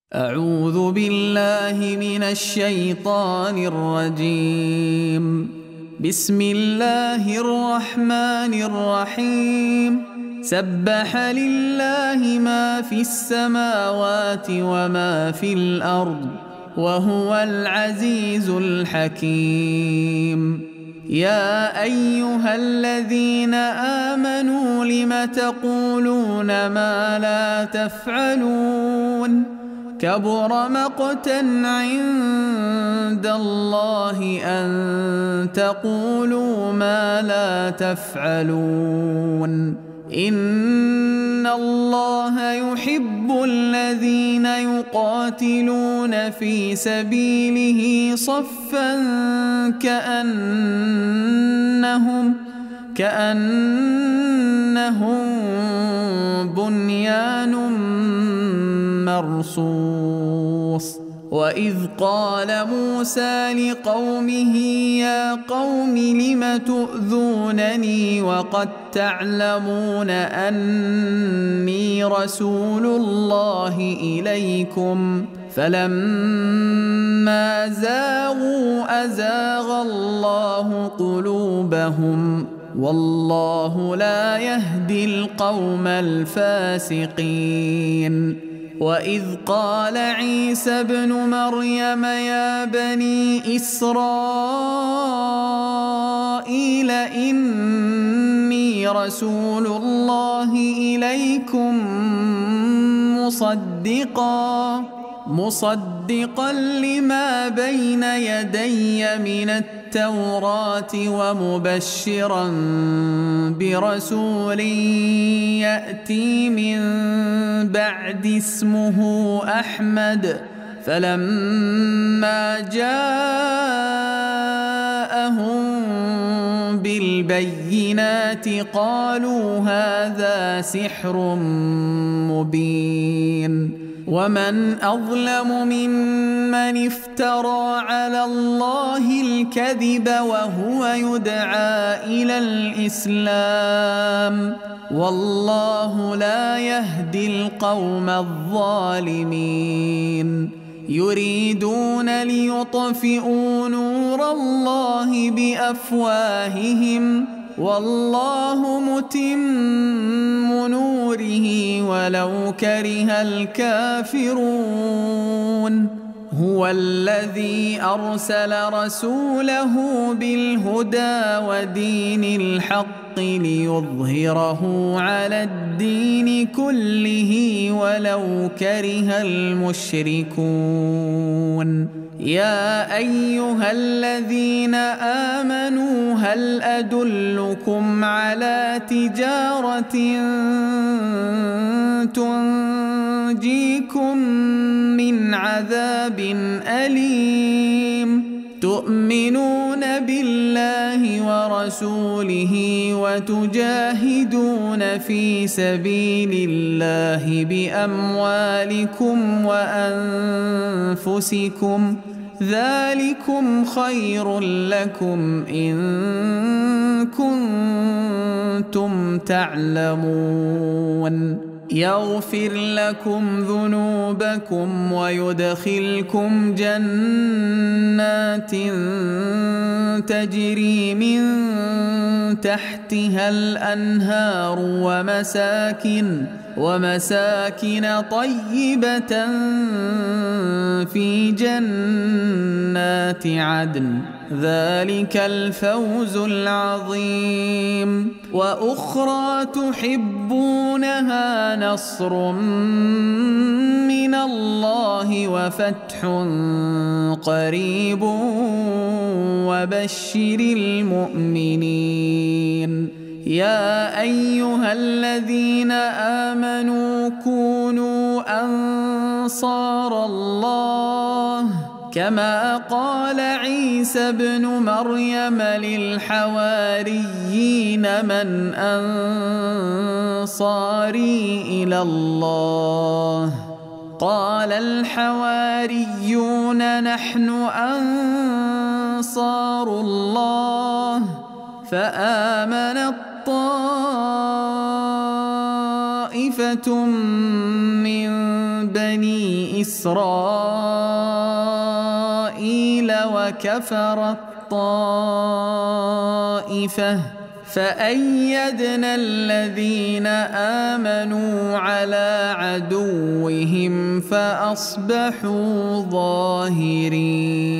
أعوذ بالله من الشيطان الرجيم. بسم الله الرحمن الرحيم. سبح لله ما في السماوات وما في الأرض وهو العزيز الحكيم. يا أيها الذين آمنوا لم تقولون ما لا تفعلون؟ كبر مقتا عند الله أن تقولوا ما لا تفعلون. إن الله يحب الذين يقاتلون في سبيله صفا كأنهم بنيان مرصوص. وإذ قال موسى لقومه يا قوم لم تؤذونني وقد تعلمون أني رسول الله إليكم فلما زاغوا أزاغ الله قلوبهم والله لا يهدي القوم الفاسقين. وإذ قال عيسى ابن مريم يا بني إسرائيل إني رسول الله إليكم مصدقا لما بين يدي من التوراة ومبشرا برسول يأتي من بعد اسمه أحمد. فلما جاءهم بالبينات قالوا هذا سحر مبين. ومن أظلم ممن افترى على الله الكذب وهو يدعى إلى الإسلام والله لا يهدي القوم الظالمين. يريدون ليطفئوا نور الله بأفواههم والله متم نوره ولو كره الكافرون. هو الذي أرسل رسوله بالهدى ودين الحق ليظهره على الدين كله ولو كره المشركون. يا أيها الذين آمنوا هل أدلكم على تجارة تنجيكم من عذاب أليم؟ تؤمنون بالله ورسوله وتجاهدون في سبيل الله بأموالكم وأنفسكم ذلكم خير لكم إن كنتم تعلمون. يغفر لكم ذنوبكم ويدخلكم جنات تجري من تحتها الأنهار ومساكن طيبة في جنات عدن ذلك الفوز العظيم. وأخرى تحبونها نصر من الله وفتح قريب وبشر المؤمنين. يا أيها الذين آمنوا كونوا أنصار الله كما قال عيسى ابن مريم للحواريين من أنصاري إلى الله؟ قال الحواريون نحن أنصار الله. فآمنت طائفة من بني إسرائيل وكفرت طائفة فأيدنا الذين آمنوا على عدوهم فأصبحوا ظاهرين.